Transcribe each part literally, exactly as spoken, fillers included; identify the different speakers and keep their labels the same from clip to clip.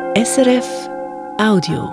Speaker 1: S R F Audio.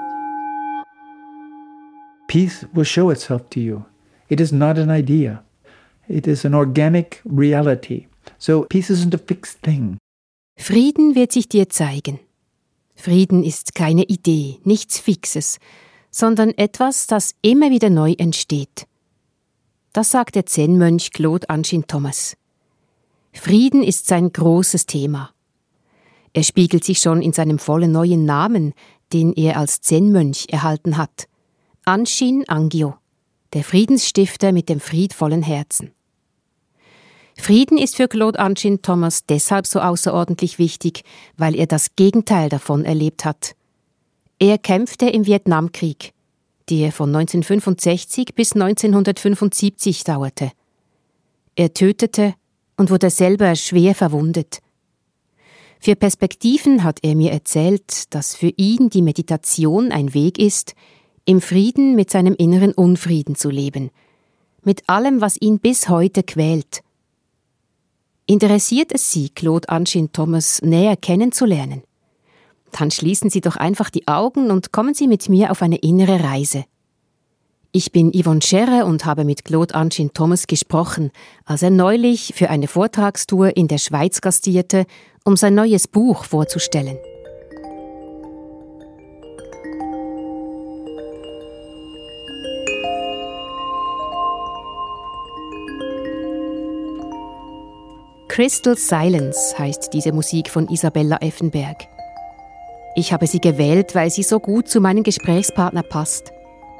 Speaker 2: Peace will show itself to you. It is not an idea. It is an organic reality. So peace isn't a fixed thing.
Speaker 3: Frieden wird sich dir zeigen. Frieden ist keine Idee, nichts Fixes, sondern etwas, das immer wieder neu entsteht. Das sagt der Zen-Mönch Claude Anshin Thomas. Frieden ist sein großes Thema. Er spiegelt sich schon in seinem vollen neuen Namen, den er als Zen-Mönch erhalten hat. Anshin Angyo, der Friedensstifter mit dem friedvollen Herzen. Frieden ist für Claude Anshin Thomas deshalb so außerordentlich wichtig, weil er das Gegenteil davon erlebt hat. Er kämpfte im Vietnamkrieg, der von neunzehnhundertfünfundsechzig bis neunzehnhundertfünfundsiebzig dauerte. Er tötete und wurde selber schwer verwundet. Für Perspektiven hat er mir erzählt, dass für ihn die Meditation ein Weg ist, im Frieden mit seinem inneren Unfrieden zu leben, mit allem, was ihn bis heute quält. Interessiert es Sie, Claude Anshin Thomas näher kennenzulernen? Dann schließen Sie doch einfach die Augen und kommen Sie mit mir auf eine innere Reise. Ich bin Yvonne Scherrer und habe mit Claude Anshin Thomas gesprochen, als er neulich für eine Vortragstour in der Schweiz gastierte, um sein neues Buch vorzustellen. Crystal Silence heißt diese Musik von Isabella Effenberg. Ich habe sie gewählt, weil sie so gut zu meinem Gesprächspartner passt.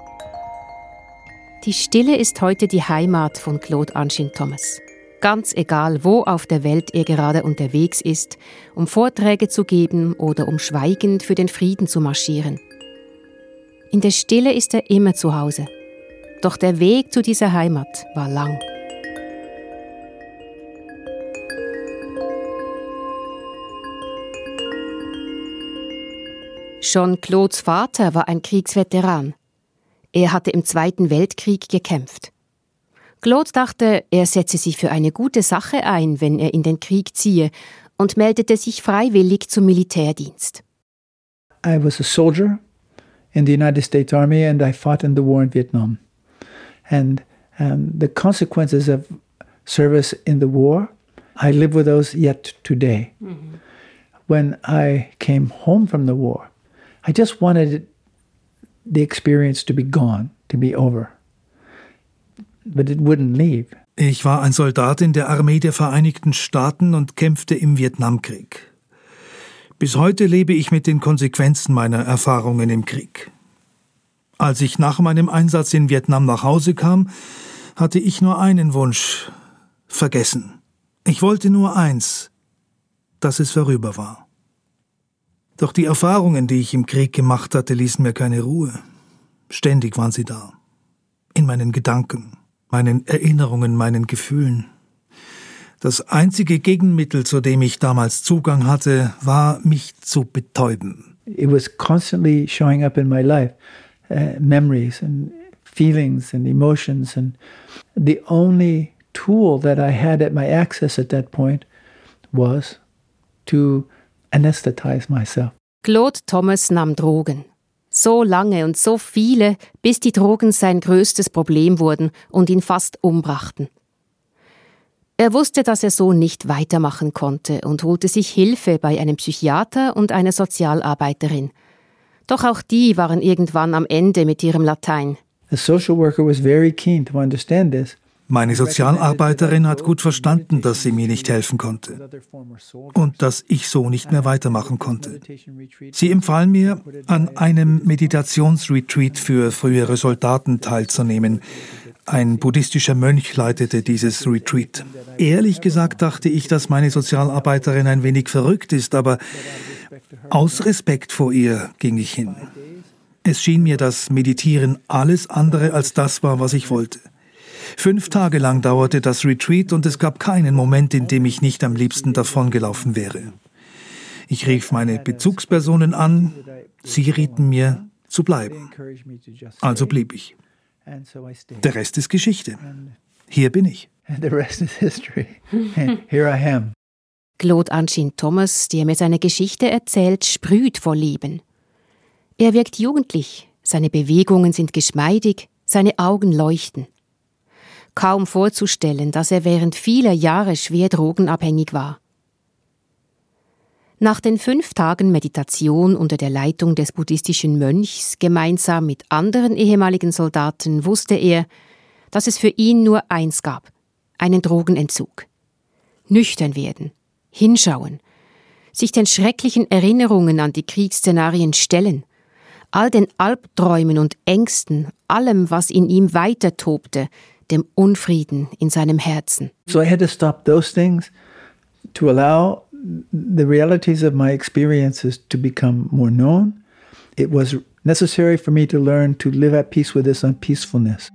Speaker 3: Die Stille ist heute die Heimat von Claude Anshin Thomas. Ganz egal, wo auf der Welt er gerade unterwegs ist, um Vorträge zu geben oder um schweigend für den Frieden zu marschieren. In der Stille ist er immer zu Hause. Doch der Weg zu dieser Heimat war lang. Schon Claudes Vater war ein Kriegsveteran. Er hatte im Zweiten Weltkrieg gekämpft. Claude dachte, er setze sich für eine gute Sache ein, wenn er in den Krieg ziehe, und meldete sich freiwillig zum Militärdienst.
Speaker 2: I was a soldier in the United States Army and I fought in the war in Vietnam. And um, the consequences of service in the war, I live with those yet today. Mm-hmm. When I came home from the war, I just wanted the experience to be gone, to be over. But it wouldn't leave.
Speaker 4: Ich war ein Soldat in der Armee der Vereinigten Staaten und kämpfte im Vietnamkrieg. Bis heute lebe ich mit den Konsequenzen meiner Erfahrungen im Krieg. Als ich nach meinem Einsatz in Vietnam nach Hause kam, hatte ich nur einen Wunsch: vergessen. Ich wollte nur eins, dass es vorüber war. Doch die Erfahrungen, die ich im Krieg gemacht hatte, ließen mir keine Ruhe. Ständig waren sie da. In meinen Gedanken, meinen Erinnerungen, meinen Gefühlen. Das einzige Gegenmittel, zu dem ich damals Zugang hatte, war, mich zu betäuben.
Speaker 2: It was constantly showing up in my life. Uh, memories and feelings and emotions. And the only tool that I had at my access at that point was to anesthetize myself.
Speaker 3: Claude Thomas nahm Drogen. So lange und so viele, bis die Drogen sein größtes Problem wurden und ihn fast umbrachten. Er wusste, dass er so nicht weitermachen konnte und holte sich Hilfe bei einem Psychiater und einer Sozialarbeiterin. Doch auch die waren irgendwann am Ende mit ihrem Latein.
Speaker 2: The social worker was very keen to understand this.
Speaker 4: Meine Sozialarbeiterin hat gut verstanden, dass sie mir nicht helfen konnte und dass ich so nicht mehr weitermachen konnte. Sie empfahl mir, an einem Meditationsretreat für frühere Soldaten teilzunehmen. Ein buddhistischer Mönch leitete dieses Retreat. Ehrlich gesagt dachte ich, dass meine Sozialarbeiterin ein wenig verrückt ist, aber aus Respekt vor ihr ging ich hin. Es schien mir, dass Meditieren alles andere als das war, was ich wollte. Fünf Tage lang dauerte das Retreat und es gab keinen Moment, in dem ich nicht am liebsten davongelaufen wäre. Ich rief meine Bezugspersonen an, sie rieten mir zu bleiben. Also blieb ich. Der Rest ist Geschichte. Hier bin ich.
Speaker 2: The rest is history. Here I am.
Speaker 3: Claude Anshin Thomas, der mir seine Geschichte erzählt, sprüht vor Leben. Er wirkt jugendlich, seine Bewegungen sind geschmeidig, seine Augen leuchten. Kaum vorzustellen, dass er während vieler Jahre schwer drogenabhängig war. Nach den fünf Tagen Meditation unter der Leitung des buddhistischen Mönchs gemeinsam mit anderen ehemaligen Soldaten wusste er, dass es für ihn nur eins gab, einen Drogenentzug. Nüchtern werden, hinschauen, sich den schrecklichen Erinnerungen an die Kriegsszenarien stellen, all den Albträumen und Ängsten, allem, was in ihm weiter tobte, dem Unfrieden in seinem Herzen.
Speaker 2: So I had to stop those things to allow the realities of my experiences to become more known. It was necessary for me to learn to live at peace with this unpeacefulness.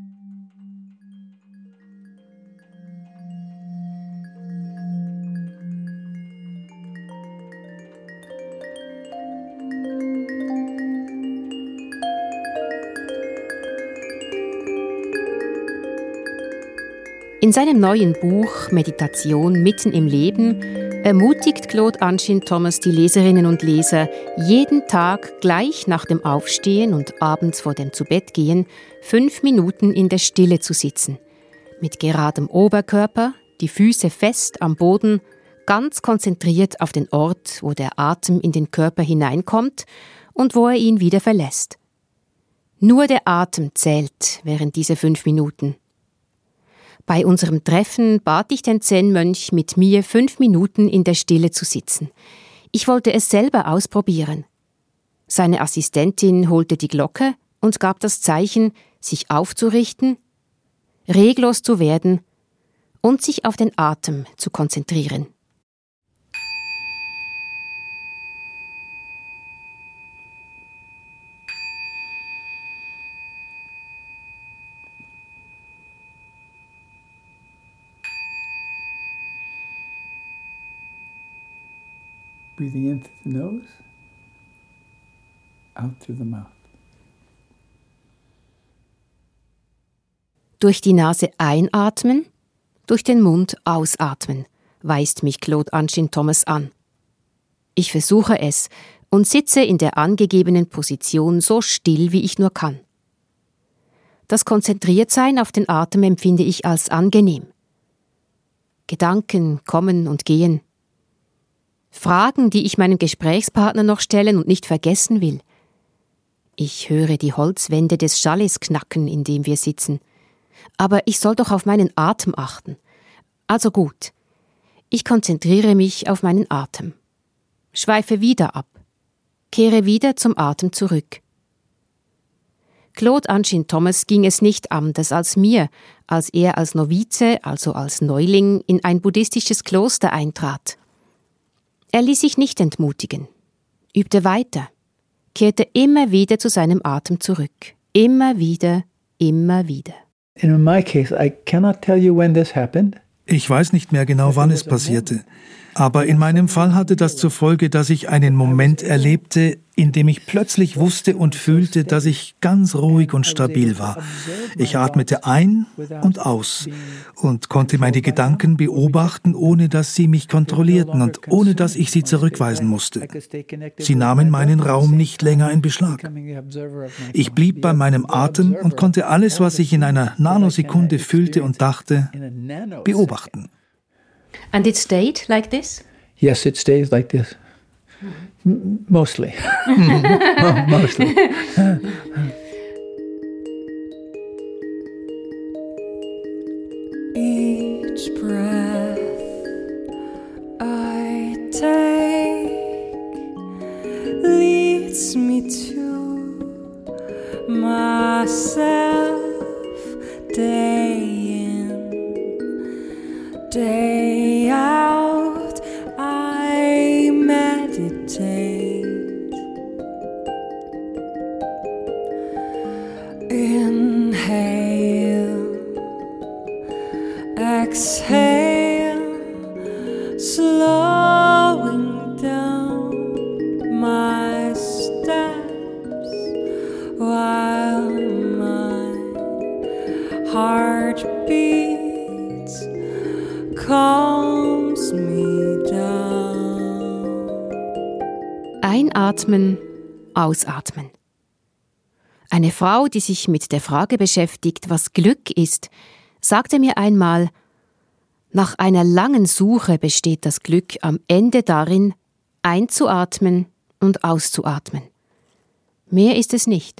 Speaker 3: In seinem neuen Buch Meditation mitten im Leben ermutigt Claude Anshin Thomas die Leserinnen und Leser, jeden Tag gleich nach dem Aufstehen und abends vor dem Zubettgehen fünf Minuten in der Stille zu sitzen. Mit geradem Oberkörper, die Füße fest am Boden, ganz konzentriert auf den Ort, wo der Atem in den Körper hineinkommt und wo er ihn wieder verlässt. Nur der Atem zählt während dieser fünf Minuten. Bei unserem Treffen bat ich den Zen-Mönch, mit mir fünf Minuten in der Stille zu sitzen. Ich wollte es selber ausprobieren. Seine Assistentin holte die Glocke und gab das Zeichen, sich aufzurichten, reglos zu werden und sich auf den Atem zu konzentrieren.
Speaker 2: Breathing in through the nose, out through the mouth.
Speaker 3: Durch die Nase einatmen, durch den Mund ausatmen, weist mich Claude Anshin Thomas an. Ich versuche es und sitze in der angegebenen Position so still, wie ich nur kann. Das Konzentriertsein auf den Atem empfinde ich als angenehm. Gedanken kommen und gehen. Fragen, die ich meinem Gesprächspartner noch stellen und nicht vergessen will. Ich höre die Holzwände des Chalets knacken, in dem wir sitzen. Aber ich soll doch auf meinen Atem achten. Also gut. Ich konzentriere mich auf meinen Atem. Schweife wieder ab. Kehre wieder zum Atem zurück. Claude Anshin Thomas ging es nicht anders als mir, als er als Novize, also als Neuling, in ein buddhistisches Kloster eintrat. Er ließ sich nicht entmutigen, übte weiter, kehrte immer wieder zu seinem Atem zurück. Immer wieder, immer wieder.
Speaker 2: In my case, I cannot tell you when this happened.
Speaker 4: Ich weiß nicht mehr genau, wann es passierte. Aber in meinem Fall hatte das zur Folge, dass ich einen Moment erlebte, in dem ich plötzlich wusste und fühlte, dass ich ganz ruhig und stabil war. Ich atmete ein und aus und konnte meine Gedanken beobachten, ohne dass sie mich kontrollierten und ohne dass ich sie zurückweisen musste. Sie nahmen meinen Raum nicht länger in Beschlag. Ich blieb bei meinem Atem und konnte alles, was ich in einer Nanosekunde fühlte und dachte, beobachten.
Speaker 3: And it stayed like this?
Speaker 2: Yes, it stays like this. M- mostly. Mostly.
Speaker 5: Each breath I take leads me to myself day in, day out. I meditate. Inhale, exhale, slowing down my steps while my heart beats, calms me down.
Speaker 3: Einatmen, ausatmen. Eine Frau, die sich mit der Frage beschäftigt, was Glück ist, sagte mir einmal, nach einer langen Suche besteht das Glück am Ende darin, einzuatmen und auszuatmen. Mehr ist es nicht.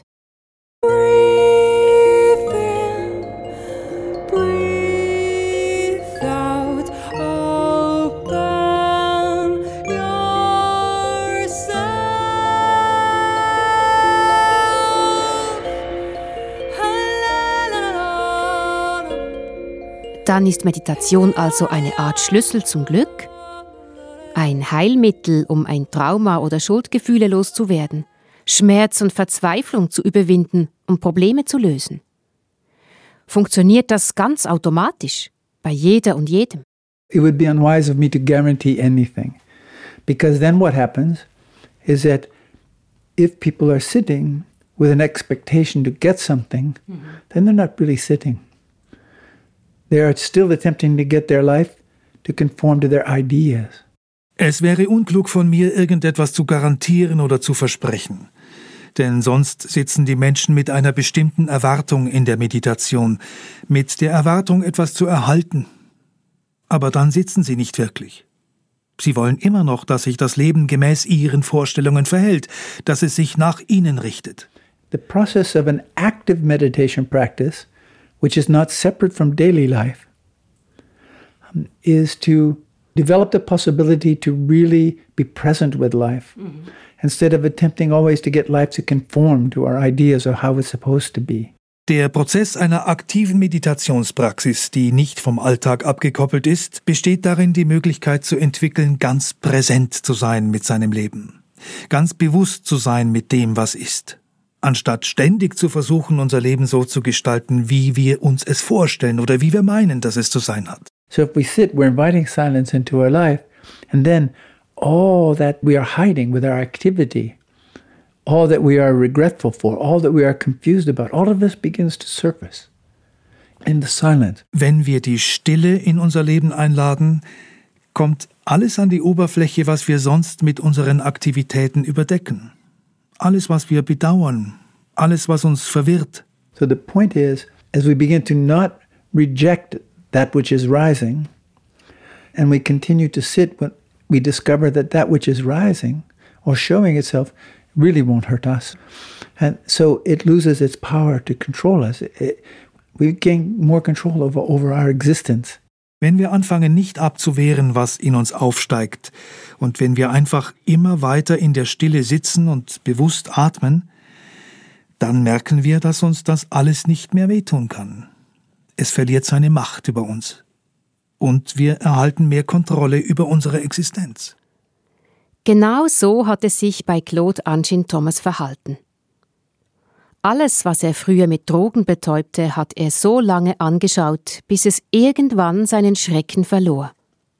Speaker 3: Dann ist Meditation also eine Art Schlüssel zum Glück, ein Heilmittel, um ein Trauma oder Schuldgefühle loszuwerden, Schmerz und Verzweiflung zu überwinden und Probleme zu lösen. Funktioniert das ganz automatisch, bei jeder und jedem?
Speaker 2: It would be unwise of me to guarantee anything, because then what happens is that if people are sitting with an expectation to get something, mm-hmm. then they're not really sitting. They are still attempting to get their life to conform to their ideas.
Speaker 4: Es wäre unklug von mir, irgendetwas zu garantieren oder zu versprechen. Denn sonst sitzen die Menschen mit einer bestimmten Erwartung in der Meditation, mit der Erwartung, etwas zu erhalten. Aber dann sitzen sie nicht wirklich. Sie wollen immer noch, dass sich das Leben gemäß ihren Vorstellungen verhält, dass es sich nach ihnen richtet.
Speaker 2: The process of an active meditation practice, which is not separate from daily life, um, is to develop the possibility to really be present with life, mm-hmm. instead of attempting always to get life to conform to our ideas of how it's supposed to be.
Speaker 4: Der Prozess einer aktiven Meditationspraxis, die nicht vom Alltag abgekoppelt ist, besteht darin, die Möglichkeit zu entwickeln, ganz präsent zu sein mit seinem Leben, ganz bewusst zu sein mit dem, was ist. Anstatt ständig zu versuchen, unser Leben so zu gestalten, wie wir uns es vorstellen oder wie wir meinen, dass es zu sein hat.
Speaker 2: So if we sit, we're inviting silence into our life, and then all that we are hiding with our activity, all that we are regretful for, all that we are confused about, all of this begins to surface in the silence.
Speaker 4: Wenn wir die Stille in unser Leben einladen, kommt alles an die Oberfläche, was wir sonst mit unseren Aktivitäten überdecken. Alles, was wir bedauern, alles, was uns verwirrt.
Speaker 2: So the point is, as we begin to not reject that which is rising, and we continue to sit when we discover that that which is rising or showing itself really won't hurt us. And so it loses its power to control us. It, we gain more control over, over our existence.
Speaker 4: Wenn wir anfangen, nicht abzuwehren, was in uns aufsteigt, und wenn wir einfach immer weiter in der Stille sitzen und bewusst atmen, dann merken wir, dass uns das alles nicht mehr wehtun kann. Es verliert seine Macht über uns. Und wir erhalten mehr Kontrolle über unsere Existenz.
Speaker 3: Genau so hat es sich bei Claude Anshin Thomas verhalten. Alles, was er früher mit Drogen betäubte, hat er so lange angeschaut, bis es irgendwann seinen Schrecken verlor.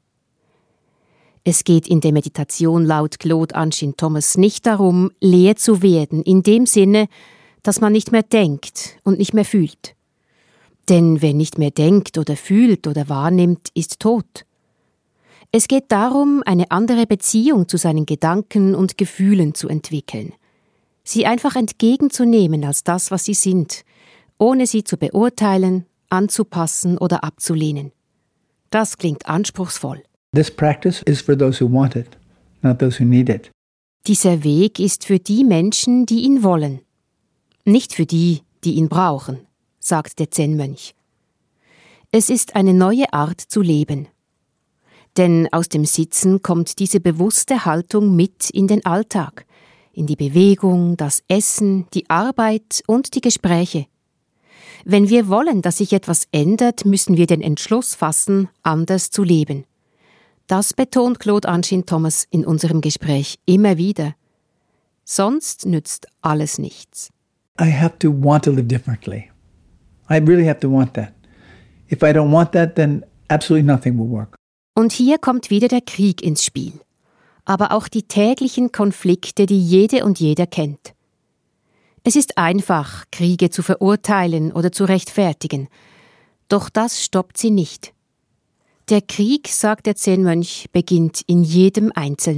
Speaker 3: Es geht in der Meditation laut Claude Anshin Thomas nicht darum, leer zu werden, in dem Sinne, dass man nicht mehr denkt und nicht mehr fühlt. Denn wer nicht mehr denkt oder fühlt oder wahrnimmt, ist tot. Es geht darum, eine andere Beziehung zu seinen Gedanken und Gefühlen zu entwickeln. Sie einfach entgegenzunehmen als das, was sie sind, ohne sie zu beurteilen, anzupassen oder abzulehnen. Das klingt anspruchsvoll.
Speaker 2: This practice is for those who want it, not those who need it.
Speaker 3: Dieser Weg ist für die Menschen, die ihn wollen, nicht für die, die ihn brauchen, sagt der Zen-Mönch. Es ist eine neue Art zu leben. Denn aus dem Sitzen kommt diese bewusste Haltung mit in den Alltag, in die Bewegung, das Essen, die Arbeit und die Gespräche. Wenn wir wollen, dass sich etwas ändert, müssen wir den Entschluss fassen, anders zu leben. Das betont Claude Anshin Thomas in unserem Gespräch immer wieder. Sonst nützt alles nichts.
Speaker 2: I have to want to live differently. I really have to want that. If I don't want that, then absolutely nothing will work.
Speaker 3: Und hier kommt wieder der Krieg ins Spiel. Aber auch die täglichen Konflikte, die jede und jeder kennt. Es ist einfach, Kriege zu verurteilen oder zu rechtfertigen. Doch das stoppt sie nicht. Der Krieg, sagt der Zen-Mönch, beginnt in jedem Einzelnen.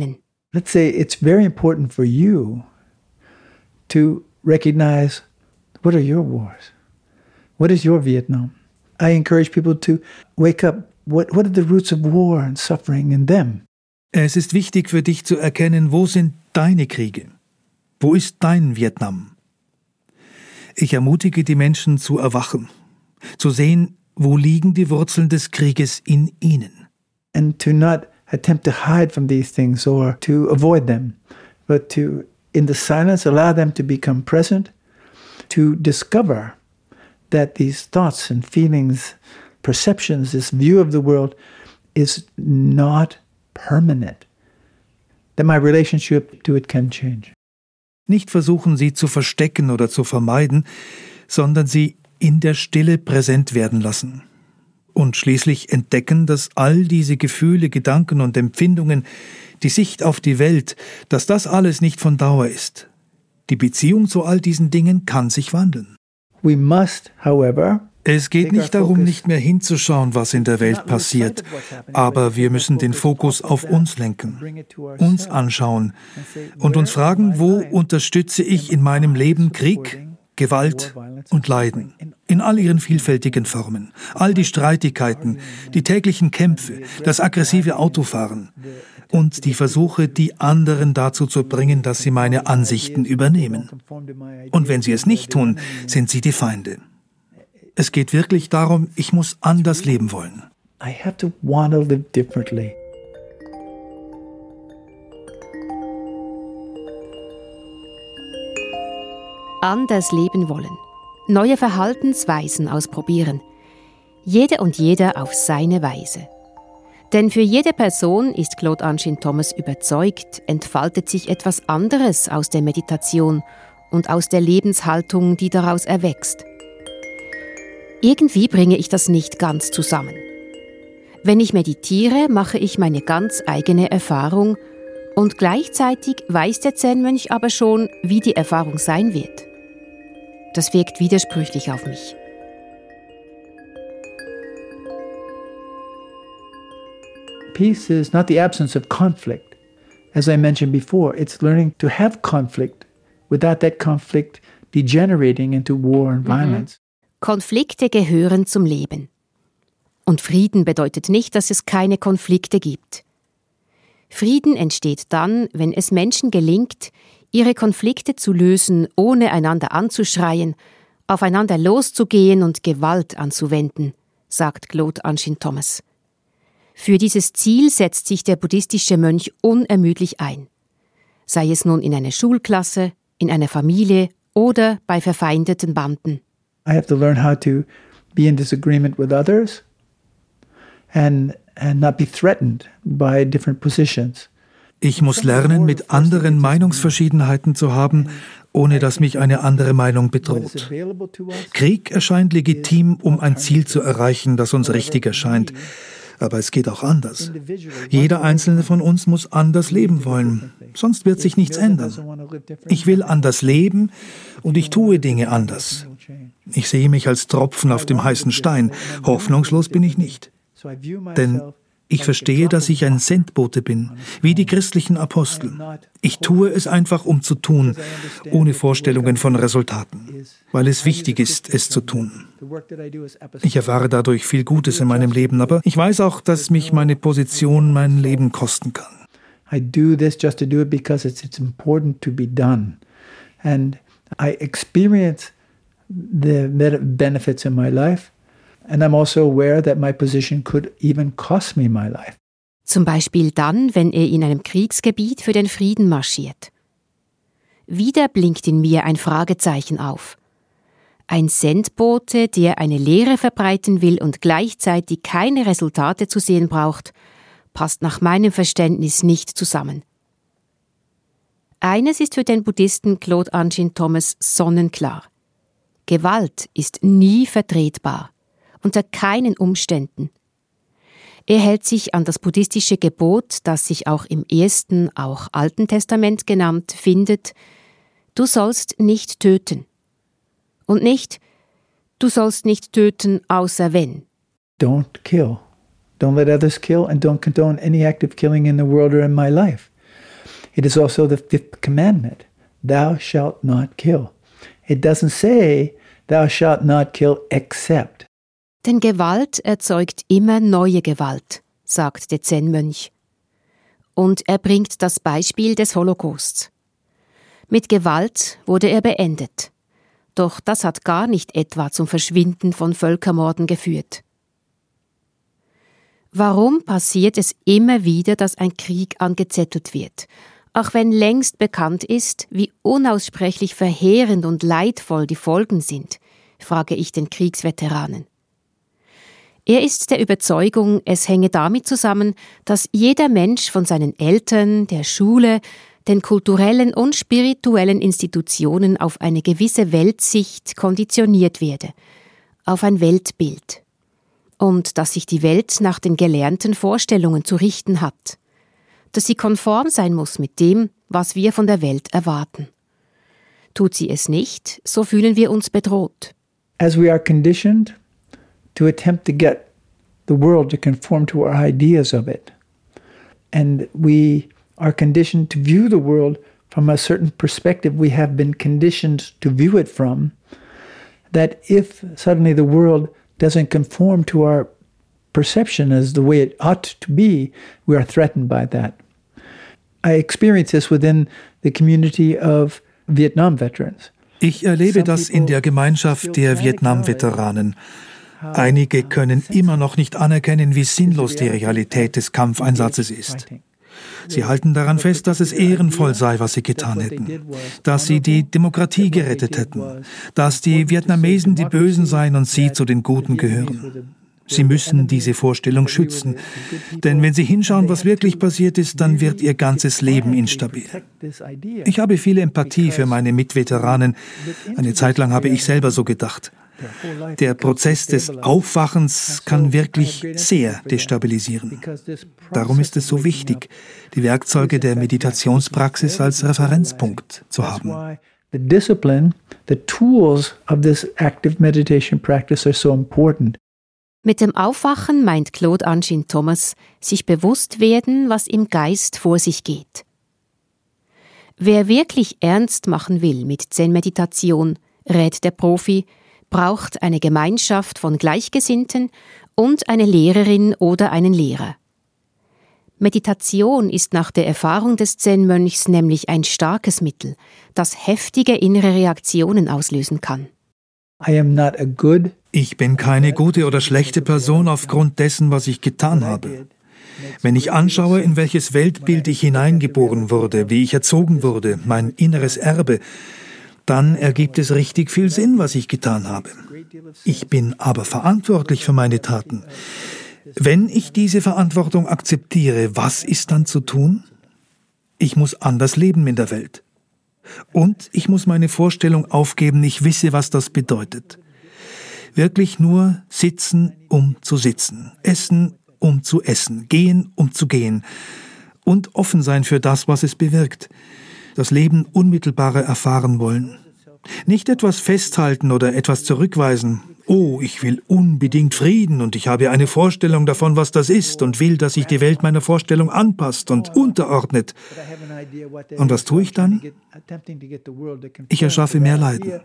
Speaker 2: Let's say it's very important for you to recognize, what are your wars? What is your Vietnam? I encourage people to wake up. What, what are the roots of war and suffering in them?
Speaker 4: Es ist wichtig für dich zu erkennen, wo sind deine Kriege? Wo ist dein Vietnam? Ich ermutige die Menschen zu erwachen, zu sehen, wo liegen die Wurzeln des Krieges in ihnen.
Speaker 2: And to not attempt to hide from these things or to avoid them, but to, in the silence, allow them to become present, to discover that these thoughts and feelings, perceptions, this view of the world is not permanent, that my relationship to it can change.
Speaker 4: Nicht versuchen, sie zu verstecken oder zu vermeiden, sondern sie in der Stille präsent werden lassen. Und schließlich entdecken, dass all diese Gefühle, Gedanken und Empfindungen, die Sicht auf die Welt, dass das alles nicht von Dauer ist. Die Beziehung zu all diesen Dingen kann sich wandeln.
Speaker 2: We must, however,
Speaker 4: es geht nicht darum, nicht mehr hinzuschauen, was in der Welt passiert, aber wir müssen den Fokus auf uns lenken, uns anschauen und uns fragen, wo unterstütze ich in meinem Leben Krieg, Gewalt und Leiden, in all ihren vielfältigen Formen, all die Streitigkeiten, die täglichen Kämpfe, das aggressive Autofahren und die Versuche, die anderen dazu zu bringen, dass sie meine Ansichten übernehmen. Und wenn sie es nicht tun, sind sie die Feinde. Es geht wirklich darum, ich muss anders leben wollen.
Speaker 2: I have to want to live differently.
Speaker 3: Anders leben wollen. Neue Verhaltensweisen ausprobieren. Jede und jeder auf seine Weise. Denn für jede Person, ist Claude Anshin Thomas überzeugt, entfaltet sich etwas anderes aus der Meditation und aus der Lebenshaltung, die daraus erwächst. Irgendwie bringe ich das nicht ganz zusammen. Wenn ich meditiere, mache ich meine ganz eigene Erfahrung und gleichzeitig weiß der Zen-Mönch aber schon, wie die Erfahrung sein wird. Das wirkt widersprüchlich auf mich.
Speaker 2: Peace is not the absence of conflict. As I mentioned before, it's learning to have conflict without that conflict degenerating into war and violence.
Speaker 3: Mhm. Konflikte gehören zum Leben. Und Frieden bedeutet nicht, dass es keine Konflikte gibt. Frieden entsteht dann, wenn es Menschen gelingt, ihre Konflikte zu lösen, ohne einander anzuschreien, aufeinander loszugehen und Gewalt anzuwenden, sagt Claude Anshin Thomas. Für dieses Ziel setzt sich der buddhistische Mönch unermüdlich ein. Sei es nun in einer Schulklasse, in einer Familie oder bei verfeindeten Banden.
Speaker 2: I have to learn how to be in disagreement with others and, and not be threatened by different positions.
Speaker 4: Ich muss lernen, mit anderen Meinungsverschiedenheiten zu haben, ohne dass mich eine andere Meinung bedroht. Krieg erscheint legitim, um ein Ziel zu erreichen, das uns richtig erscheint. Aber es geht auch anders. Jeder Einzelne von uns muss anders leben wollen, sonst wird sich nichts ändern. Ich will anders leben und ich tue Dinge anders. Ich sehe mich als Tropfen auf dem heißen Stein. Hoffnungslos bin ich nicht. Denn ich verstehe, dass ich ein Sendbote bin, wie die christlichen Apostel. Ich tue es einfach, um zu tun, ohne Vorstellungen von Resultaten, weil es wichtig ist, es zu tun. Ich erfahre dadurch viel Gutes in meinem Leben, aber ich weiß auch, dass mich meine Position mein Leben kosten kann.
Speaker 2: I do this just to do it because it's, it's important to be done. And I experience the benefits in my life. And I'm also aware that my position could even cost me my life.
Speaker 3: Zum Beispiel dann, wenn er in einem Kriegsgebiet für den Frieden marschiert. Wieder blinkt in mir ein Fragezeichen auf. Ein Sendbote, der eine Lehre verbreiten will und gleichzeitig keine Resultate zu sehen braucht, passt nach meinem Verständnis nicht zusammen. Eines ist für den Buddhisten Claude Anshin Thomas sonnenklar. Gewalt ist nie vertretbar. Unter keinen Umständen. Er hält sich an das buddhistische Gebot, das sich auch im Ersten, auch Alten Testament genannt, findet, du sollst nicht töten. Und nicht, du sollst nicht töten, außer wenn.
Speaker 2: Don't kill. Don't let others kill and don't condone any act of killing in the world or in my life. It is also the fifth commandment. Thou shalt not kill. It doesn't say, thou shalt not kill except.
Speaker 3: Denn Gewalt erzeugt immer neue Gewalt, sagt der Zen-Mönch. Und er bringt das Beispiel des Holocausts. Mit Gewalt wurde er beendet. Doch das hat gar nicht etwa zum Verschwinden von Völkermorden geführt. Warum passiert es immer wieder, dass ein Krieg angezettelt wird, auch wenn längst bekannt ist, wie unaussprechlich verheerend und leidvoll die Folgen sind, frage ich den Kriegsveteranen. Er ist der Überzeugung, es hänge damit zusammen, dass jeder Mensch von seinen Eltern, der Schule, den kulturellen und spirituellen Institutionen auf eine gewisse Weltsicht konditioniert werde, auf ein Weltbild. Und dass sich die Welt nach den gelernten Vorstellungen zu richten hat. Dass sie konform sein muss mit dem, was wir von der Welt erwarten. Tut sie es nicht, so fühlen wir uns bedroht.
Speaker 2: As we are conditioned to attempt to get the world to conform to our ideas of it, and we are conditioned to view the world from a certain perspective we have been conditioned to view it from, that if suddenly the world doesn't conform to our perception as the way it ought to be, we are threatened by that. I experience this within the community of Vietnam veterans.
Speaker 4: Ich erlebe das in der Gemeinschaft der Vietnam-Veteranen. Einige können immer noch nicht anerkennen, wie sinnlos die Realität des Kampfeinsatzes ist. Sie halten daran fest, dass es ehrenvoll sei, was sie getan hätten, dass sie die Demokratie gerettet hätten, dass die Vietnamesen die Bösen seien und sie zu den Guten gehören. Sie müssen diese Vorstellung schützen, denn wenn sie hinschauen, was wirklich passiert ist, dann wird ihr ganzes Leben instabil. Ich habe viel Empathie für meine Mitveteranen. Eine Zeit lang habe ich selber so gedacht. Der Prozess des Aufwachens kann wirklich sehr destabilisieren. Darum ist es so wichtig, die Werkzeuge der Meditationspraxis als Referenzpunkt zu haben.
Speaker 2: The discipline, the tools of this active meditation practice are so important.
Speaker 3: Mit dem Aufwachen meint Claude Anshin Thomas, sich bewusst werden, was im Geist vor sich geht. Wer wirklich ernst machen will mit Zen-Meditation, rät der Profi, braucht eine Gemeinschaft von Gleichgesinnten und eine Lehrerin oder einen Lehrer. Meditation ist nach der Erfahrung des Zen-Mönchs nämlich ein starkes Mittel, das heftige innere Reaktionen auslösen kann.
Speaker 2: I am not a good
Speaker 4: Ich bin keine gute oder schlechte Person aufgrund dessen, was ich getan habe. Wenn ich anschaue, in welches Weltbild ich hineingeboren wurde, wie ich erzogen wurde, mein inneres Erbe, dann ergibt es richtig viel Sinn, was ich getan habe. Ich bin aber verantwortlich für meine Taten. Wenn ich diese Verantwortung akzeptiere, was ist dann zu tun? Ich muss anders leben in der Welt. Und ich muss meine Vorstellung aufgeben, ich wisse, was das bedeutet. Wirklich nur sitzen, um zu sitzen, essen, um zu essen, gehen, um zu gehen und offen sein für das, was es bewirkt. Das Leben unmittelbarer erfahren wollen. Nicht etwas festhalten oder etwas zurückweisen. Oh, ich will unbedingt Frieden und ich habe eine Vorstellung davon, was das ist und will, dass sich die Welt meiner Vorstellung anpasst und unterordnet. Und was tue ich dann? Ich erschaffe mehr Leiden.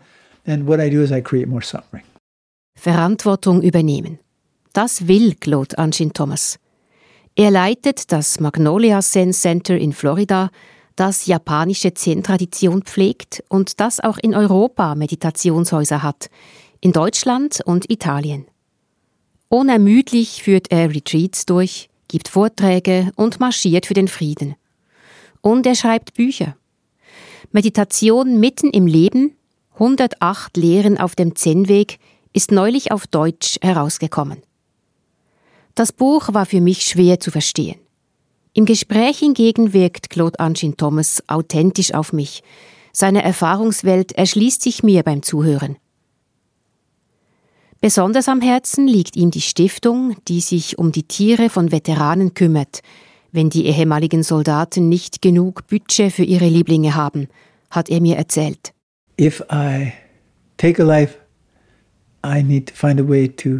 Speaker 3: Verantwortung übernehmen. Das will Claude Anshin Thomas. Er leitet das Magnolia Zen Center in Florida, das japanische Zen-Tradition pflegt und das auch in Europa Meditationshäuser hat, in Deutschland und Italien. Unermüdlich führt er Retreats durch, gibt Vorträge und marschiert für den Frieden. Und er schreibt Bücher. Meditation mitten im Leben, hundertacht Lehren auf dem Zen-Weg, ist neulich auf Deutsch herausgekommen. Das Buch war für mich schwer zu verstehen. Im Gespräch hingegen wirkt Claude Anshin Thomas authentisch auf mich. Seine Erfahrungswelt erschließt sich mir beim Zuhören. Besonders am Herzen liegt ihm die Stiftung, die sich um die Tiere von Veteranen kümmert, wenn die ehemaligen Soldaten nicht genug Budget für ihre Lieblinge haben, hat er mir erzählt.
Speaker 2: If I take a life, I need to find a way to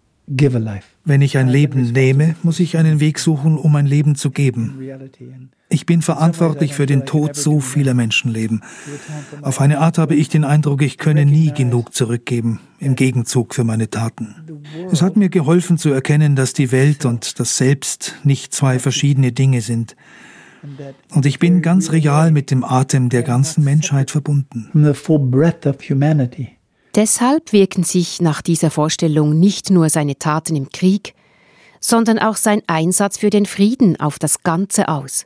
Speaker 2: Wenn
Speaker 4: ich ein Leben nehme, muss ich einen Weg suchen, um ein Leben zu geben. Ich bin verantwortlich für den Tod so vieler Menschenleben. Auf eine Art habe ich den Eindruck, ich könne nie genug zurückgeben, im Gegenzug für meine Taten. Es hat mir geholfen zu erkennen, dass die Welt und das Selbst nicht zwei verschiedene Dinge sind. Und ich bin ganz real mit dem Atem der ganzen Menschheit verbunden.
Speaker 3: Deshalb wirken sich nach dieser Vorstellung nicht nur seine Taten im Krieg, sondern auch sein Einsatz für den Frieden auf das Ganze aus.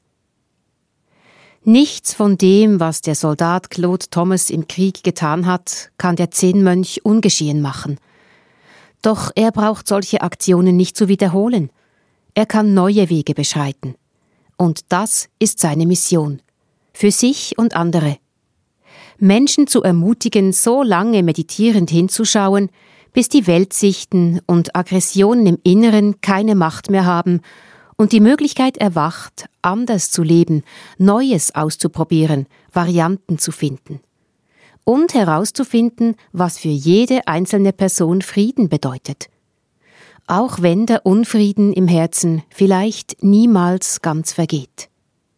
Speaker 3: Nichts von dem, was der Soldat Claude Thomas im Krieg getan hat, kann der Zen-Mönch ungeschehen machen. Doch er braucht solche Aktionen nicht zu wiederholen. Er kann neue Wege beschreiten. Und das ist seine Mission. Für sich und andere. Menschen zu ermutigen, so lange meditierend hinzuschauen, bis die Weltsichten und Aggressionen im Inneren keine Macht mehr haben und die Möglichkeit erwacht, anders zu leben, Neues auszuprobieren, Varianten zu finden. Und herauszufinden, was für jede einzelne Person Frieden bedeutet. Auch wenn der Unfrieden im Herzen vielleicht niemals ganz vergeht.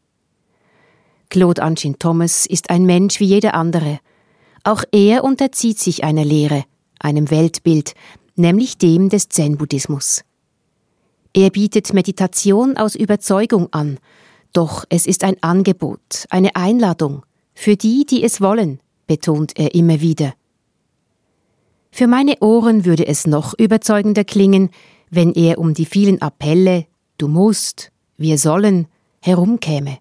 Speaker 3: Claude Anshin Thomas ist ein Mensch wie jeder andere. Auch er unterzieht sich einer Lehre, einem Weltbild, nämlich dem des Zen-Buddhismus. Er bietet Meditation aus Überzeugung an, doch es ist ein Angebot, eine Einladung, für die, die es wollen, betont er immer wieder. Für meine Ohren würde es noch überzeugender klingen, wenn er um die vielen Appelle »Du musst«, »Wir sollen« herumkäme.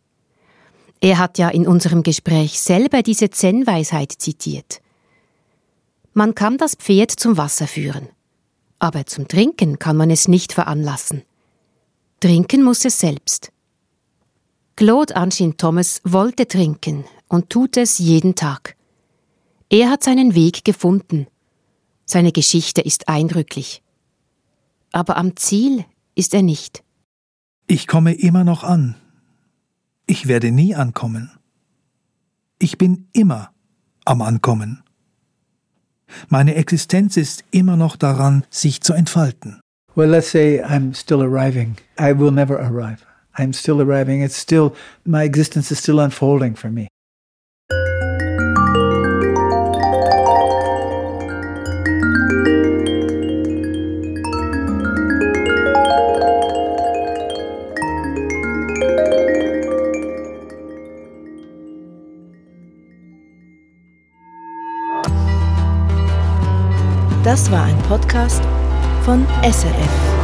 Speaker 3: Er hat ja in unserem Gespräch selber diese Zen-Weisheit zitiert. Man kann das Pferd zum Wasser führen, aber zum Trinken kann man es nicht veranlassen. Trinken muss es selbst. Claude Anshin Thomas wollte trinken und tut es jeden Tag. Er hat seinen Weg gefunden. Seine Geschichte ist eindrücklich. Aber am Ziel ist er nicht.
Speaker 4: Ich komme immer noch an. Ich werde nie ankommen. Ich bin immer am Ankommen. Meine Existenz ist immer noch daran, sich zu entfalten.
Speaker 2: Well, let's say I'm still arriving. I will never arrive. I'm still arriving. It's still, my existence is still unfolding for me.
Speaker 1: Das war ein Podcast von S R F.